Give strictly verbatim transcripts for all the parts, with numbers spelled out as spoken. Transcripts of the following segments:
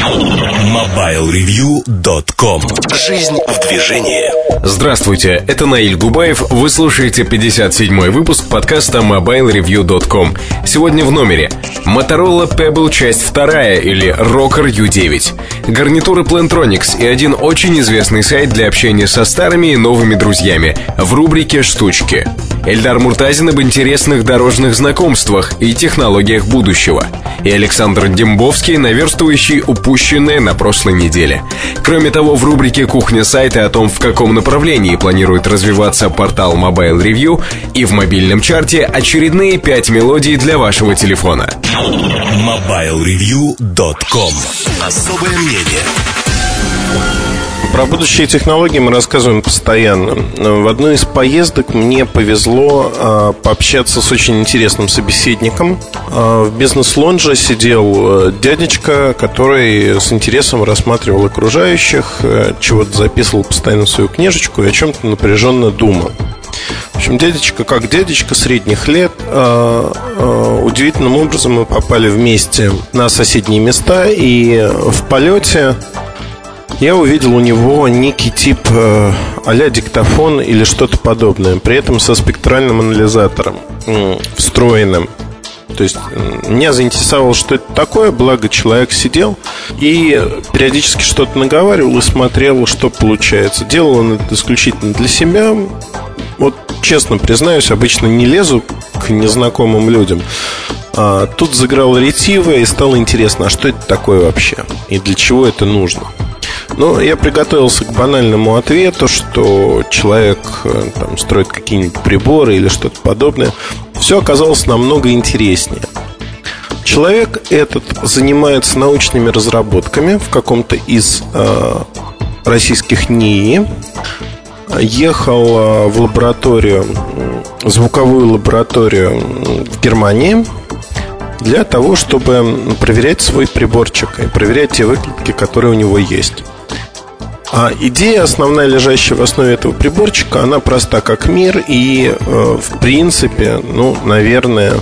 мобайл ревью точка ком. Жизнь в движении. Здравствуйте, это Наиль Губаев. Вы слушаете пятьдесят седьмой выпуск подкаста мобайл ревью точка ком. Сегодня в номере Motorola Pebble часть вторая или Rocker ю девять, гарнитуры Plantronics и один очень известный сайт для общения со старыми и новыми друзьями в рубрике «Штучки». Эльдар Муртазин об интересных дорожных знакомствах и технологиях будущего. И Александр Дембовский, наверстывающий упущенное на прошлой неделе. Кроме того, в рубрике «Кухня сайта» о том, в каком направлении планирует развиваться портал Mobile Review, и в мобильном чарте очередные пять мелодий для вашего телефона. мобайл ревью точка ком. Особое мнение. Про будущие технологии мы рассказываем постоянно. В одной из поездок мне повезло э, пообщаться с очень интересным собеседником. Э, в бизнес-лонже сидел дядечка, который с интересом рассматривал окружающих, э, чего-то записывал постоянно в свою книжечку и о чем-то напряженно думал. В общем, дядечка как дядечка средних лет. э, э, Удивительным образом мы попали вместе на соседние места, и в полете я увидел у него некий тип э, а-ля диктофон или что-то подобное, при этом со спектральным анализатором э, встроенным. То есть э, меня заинтересовало, что это такое, благо человек сидел и периодически что-то наговаривал и смотрел, что получается. Делал он это исключительно для себя. Вот честно признаюсь, обычно не лезу к незнакомым людям. А тут заграл ретиво и стало интересно, а что это такое вообще и для чего это нужно. Ну, я приготовился к банальному ответу, что человек там строит какие-нибудь приборы или что-то подобное. Все оказалось намного интереснее. Человек этот занимается научными разработками в каком-то из э, российских НИИ. Ехал э, в лабораторию, звуковую лабораторию в Германии для того, чтобы проверять свой приборчик и проверять те выкладки, которые у него есть. А идея основная, лежащая в основе этого приборчика, она проста как мир и, э, в принципе, ну, наверное,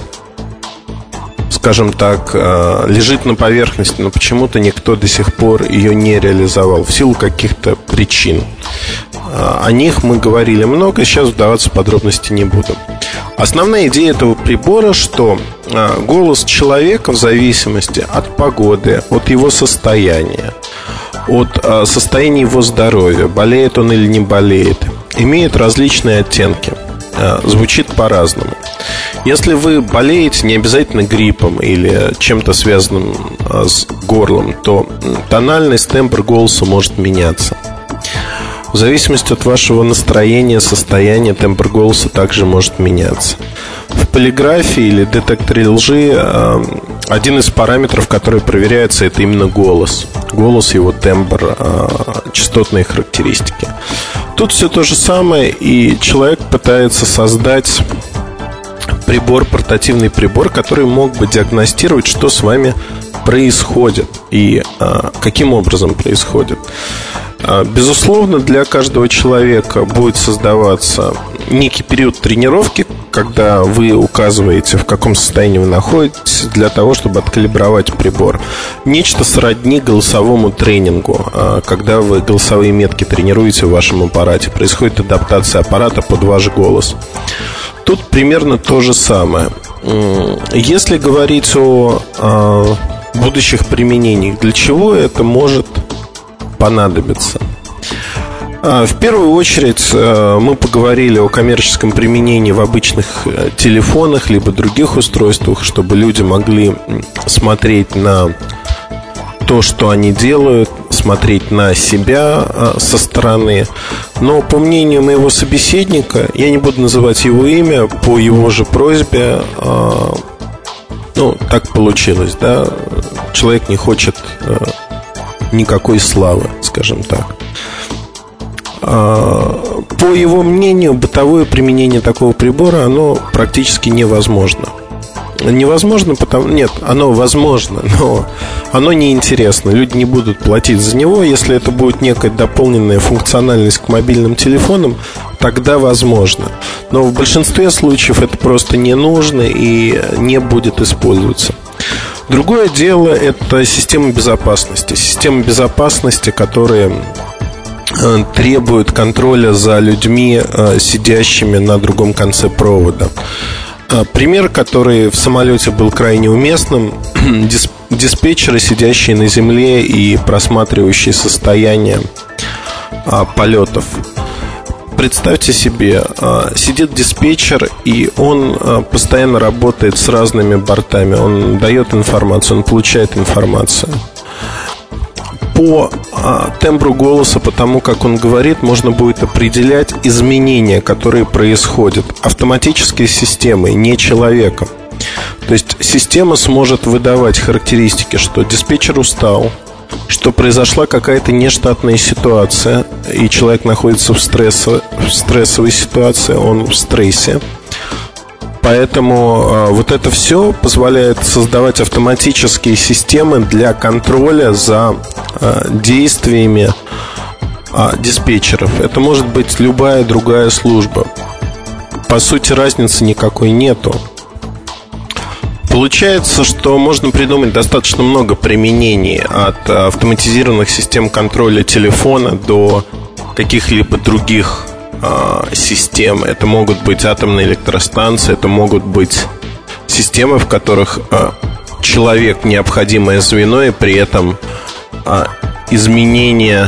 скажем так, э, лежит на поверхности, но почему-то никто до сих пор ее не реализовал в силу каких-то причин. О них мы говорили много, сейчас вдаваться в подробности не буду. Основная идея этого прибора, что голос человека в зависимости от погоды, от его состояния, от состояния его здоровья, болеет он или не болеет, имеет различные оттенки, звучит по-разному. Если вы болеете не обязательно гриппом или чем-то связанным с горлом, то тональность, тембр голоса может меняться. В зависимости от вашего настроения, состояния, тембр голоса также может меняться. В полиграфии или детекторе лжи один из параметров, который проверяется, это именно голос. Голос, его тембр, частотные характеристики. Тут все то же самое, и человек пытается создать прибор, портативный прибор, который мог бы диагностировать, что с вами происходит и каким образом происходит. Безусловно, для каждого человека будет создаваться некий период тренировки, когда вы указываете, в каком состоянии вы находитесь, для того, чтобы откалибровать прибор. Нечто сродни голосовому тренингу, когда вы голосовые метки тренируете в вашем аппарате. Происходит адаптация аппарата под ваш голос. Тут примерно то же самое. Если говорить о, о будущих применениях, для чего это может понадобится? В первую очередь мы поговорили о коммерческом применении в обычных телефонах либо других устройствах, чтобы люди могли смотреть на то, что они делают, смотреть на себя со стороны. Но по мнению моего собеседника, я не буду называть его имя, по его же просьбе, ну, так получилось, да, человек не хочет никакой славы, скажем так. По его мнению, бытовое применение такого прибора, оно практически невозможно. Невозможно, потому... Нет, оно возможно, но оно неинтересно. Люди не будут платить за него. Если это будет некая дополненная функциональность к мобильным телефонам, тогда возможно. Но в большинстве случаев это просто не нужно и не будет использоваться. Другое дело – это система безопасности. Системы безопасности, которые требуют контроля за людьми, сидящими на другом конце провода. Пример, который в самолете был крайне уместным – диспетчеры, сидящие на земле и просматривающие состояние полетов. Представьте себе, сидит диспетчер, и он постоянно работает с разными бортами. Он дает информацию, он получает информацию. По тембру голоса, по тому, как он говорит, можно будет определять изменения, которые происходят автоматической системой, не человеком. То есть система сможет выдавать характеристики, что диспетчер устал, что произошла какая-то нештатная ситуация, и человек находится в, стрессе, в стрессовой ситуации, он в стрессе. Поэтому э, вот это все позволяет создавать автоматические системы для контроля за э, действиями э, диспетчеров. Это может быть любая другая служба. По сути, разницы никакой нету. Получается, что можно придумать достаточно много применений, от автоматизированных систем контроля телефона до каких-либо других э, систем. Это могут быть атомные электростанции, это могут быть системы, в которых э, человек необходимое звено, и при этом э, изменение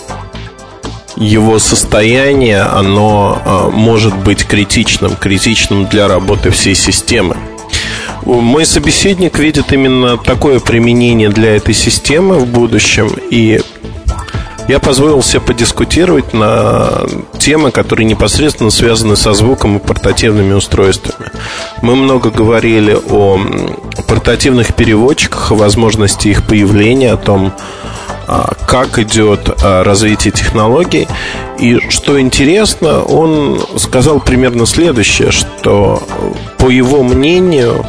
его состояния, оно э, может быть критичным, критичным для работы всей системы. Мой собеседник видит именно такое применение для этой системы в будущем, и я позволил себе подискутировать на темы, которые непосредственно связаны со звуком и портативными устройствами. Мы много говорили о портативных переводчиках, о возможности их появления, о том, как идет развитие технологий. И что интересно, он сказал примерно следующее, что, по его мнению,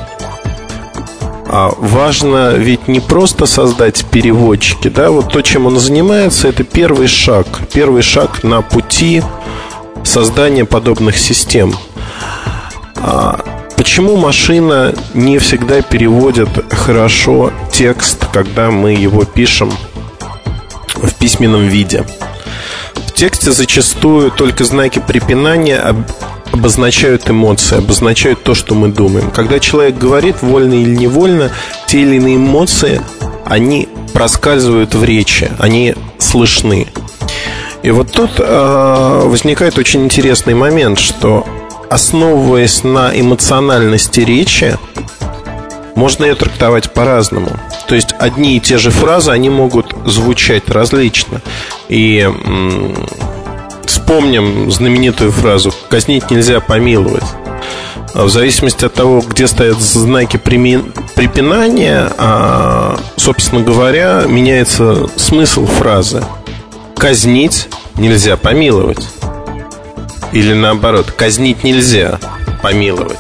важно ведь не просто создать переводчики, да, вот то, чем он занимается, это первый шаг, первый шаг на пути создания подобных систем. Почему машина не всегда переводит хорошо текст, когда мы его пишем в письменном виде? В тексте зачастую только знаки препинания обозначают эмоции, обозначают то, что мы думаем. Когда человек говорит, вольно или невольно, те или иные эмоции, они проскальзывают в речи, они слышны. И вот тут э, возникает очень интересный момент, что, основываясь на эмоциональности речи, можно ее трактовать по-разному. То есть одни и те же фразы, они могут звучать различно. И м- вспомним знаменитую фразу «казнить нельзя, помиловать». В зависимости от того, где стоят знаки препинания, собственно говоря, меняется смысл фразы. «Казнить нельзя, помиловать». Или наоборот, «казнить нельзя, помиловать».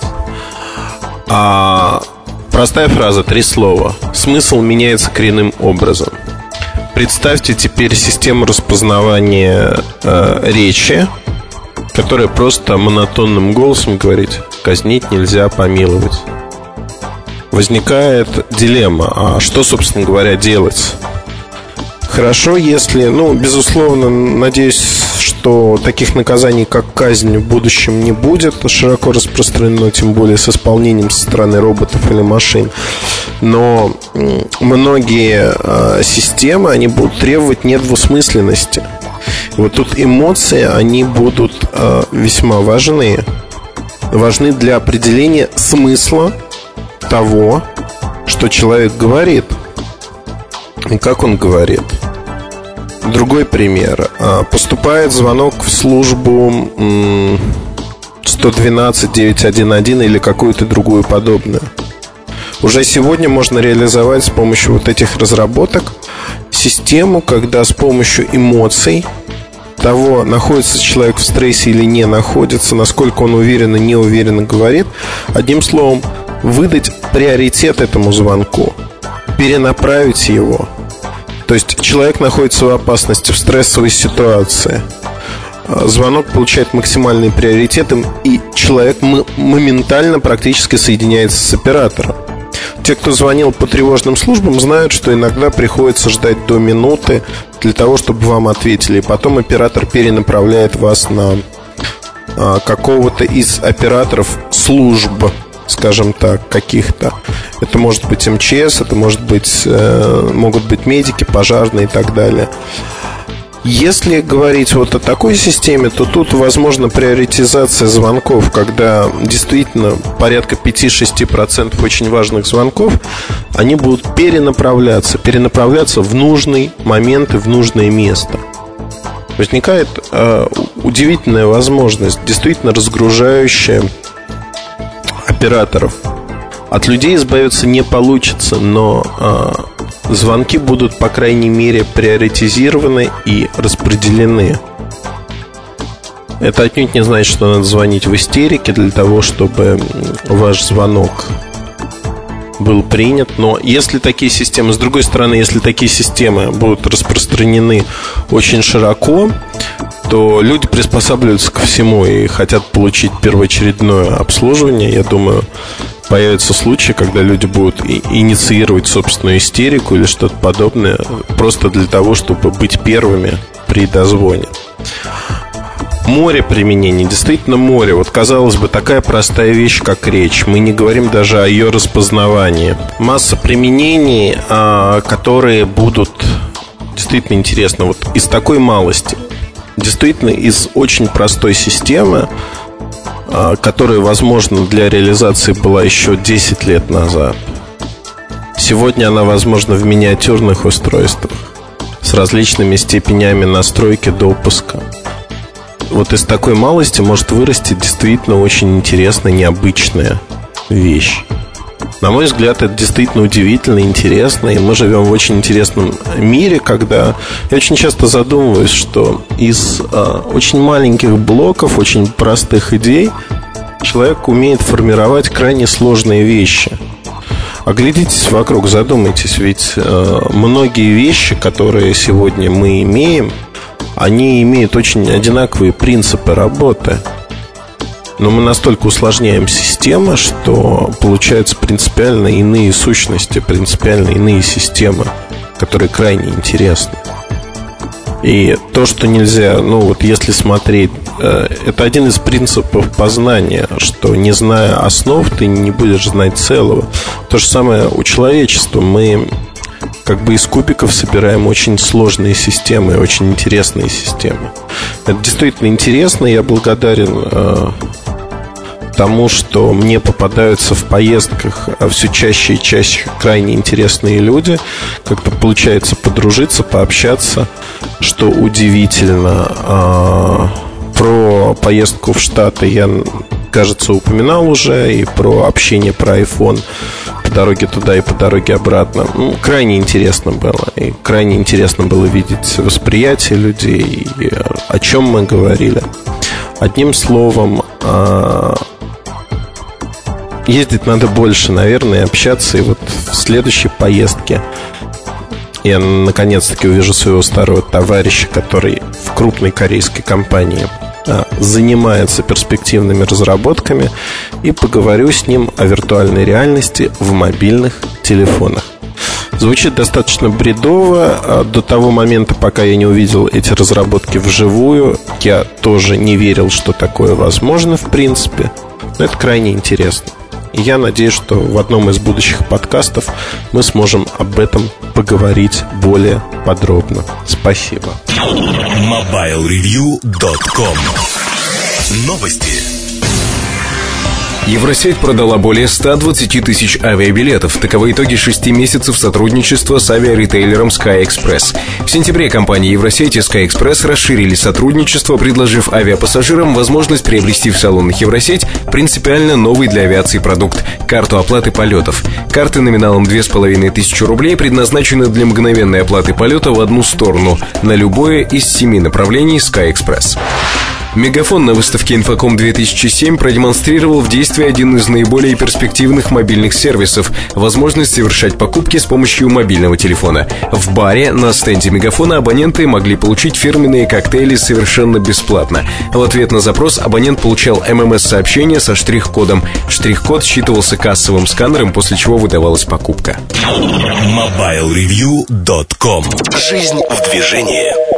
А простая фраза, три слова. Смысл меняется коренным образом. Представьте теперь систему распознавания э, речи, которая просто монотонным голосом говорит «казнить нельзя, помиловать». Возникает дилемма, а что, собственно говоря, делать? Хорошо, если, ну, безусловно, надеюсь, что таких наказаний, как казнь, в будущем не будет широко распространено, тем более с исполнением со стороны роботов или машин. Но многие э, системы, они будут требовать недвусмысленности. Вот тут эмоции, они будут э, весьма важны. Важны для определения смысла того, что человек говорит и как он говорит. Другой пример. Поступает звонок в службу сто двенадцать девятьсот одиннадцать или какую-то другую подобную. Уже сегодня можно реализовать с помощью вот этих разработок систему, когда с помощью эмоций того, находится человек в стрессе или не находится, насколько он уверенно, неуверенно говорит, одним словом, выдать приоритет этому звонку, перенаправить его. То есть человек находится в опасности, в стрессовой ситуации. Звонок получает максимальный приоритет, и человек моментально практически соединяется с оператором. те, кто звонил по тревожным службам, знают, что иногда приходится ждать до минуты для того, чтобы вам ответили. И потом оператор перенаправляет вас на а, какого-то из операторов служб, скажем так, каких-то. Это может быть эм че эс, это может быть, э, могут быть медики, пожарные и так далее. Если говорить вот о такой системе, то тут возможна приоритизация звонков, когда действительно порядка пять-шесть процентов очень важных звонков, они будут перенаправляться, перенаправляться в нужный момент и в нужное место. Возникает э, удивительная возможность, действительно разгружающая операторов. От людей избавиться не получится, но э, звонки будут, по крайней мере, приоритизированы и распределены. Это отнюдь не значит, что надо звонить в истерике для того, чтобы ваш звонок был принят. Но если такие системы, с другой стороны, если такие системы будут распространены очень широко, то люди приспосабливаются ко всему и хотят получить первоочередное обслуживание. Я думаю, появятся случаи, когда люди будут инициировать собственную истерику или что-то подобное, просто для того, чтобы быть первыми при дозвоне. Море применений, действительно море. Вот, казалось бы, такая простая вещь, как речь. Мы не говорим даже о ее распознавании. Масса применений, которые будут действительно интересны. Вот из такой малости, действительно из очень простой системы, которая, возможно, для реализации была еще десять лет назад. Сегодня она возможна в миниатюрных устройствах с различными степенями настройки допуска. Вот из такой малости может вырасти действительно очень интересная, необычная вещь. На мой взгляд, это действительно удивительно, интересно. И мы живем в очень интересном мире, когда я очень часто задумываюсь, что из э, очень маленьких блоков, очень простых идей человек умеет формировать крайне сложные вещи. Оглядитесь вокруг, задумайтесь. Ведь э, многие вещи, которые сегодня мы имеем, они имеют очень одинаковые принципы работы. Но мы настолько усложняем системы, что получаются принципиально иные сущности, принципиально иные системы, которые крайне интересны. И то, что нельзя, ну вот если смотреть, это один из принципов познания, что не зная основ, ты не будешь знать целого. То же самое у человечества. Мы как бы из кубиков собираем очень сложные системы, очень интересные системы. Это действительно интересно. Я благодарен э, тому, что мне попадаются в поездках все чаще и чаще крайне интересные люди. Как-то получается подружиться, пообщаться, что удивительно. э, Про поездку в Штаты я, кажется, упоминал уже. И про общение про iPhone по дороге туда и по дороге обратно. Ну, крайне интересно было. И крайне интересно было видеть восприятие людей, и о чем мы говорили. Одним словом, ездить надо больше, наверное, общаться. И вот в следующей поездке я наконец-таки увижу своего старого товарища, который в крупной корейской компании занимается перспективными разработками, и поговорю с ним о виртуальной реальности в мобильных телефонах. Звучит достаточно бредово. До того момента, пока я не увидел эти разработки вживую, я тоже не верил, что такое возможно в принципе. Но это крайне интересно. И я надеюсь, что в одном из будущих подкастов мы сможем об этом поговорить более подробно. Спасибо. мобайл ревью точка ком. Новости. Евросеть продала более ста двадцати тысяч авиабилетов. Таковы итоги шести месяцев сотрудничества с авиаритейлером SkyExpress. В сентябре компании Евросеть и SkyExpress расширили сотрудничество, предложив авиапассажирам возможность приобрести в салонах Евросеть принципиально новый для авиации продукт – карту оплаты полетов. Карты номиналом две с половиной тысячи рублей предназначены для мгновенной оплаты полета в одну сторону на любое из семи направлений SkyExpress. Мегафон на выставке Infocom две тысячи семь продемонстрировал в действии один из наиболее перспективных мобильных сервисов – возможность совершать покупки с помощью мобильного телефона. В баре на стенде Мегафона абоненты могли получить фирменные коктейли совершенно бесплатно. В ответ на запрос абонент получал эм эм эс-сообщение со штрих-кодом. Штрих-код считывался кассовым сканером, после чего выдавалась покупка. мобайл ревью точка ком. Жизнь в движении.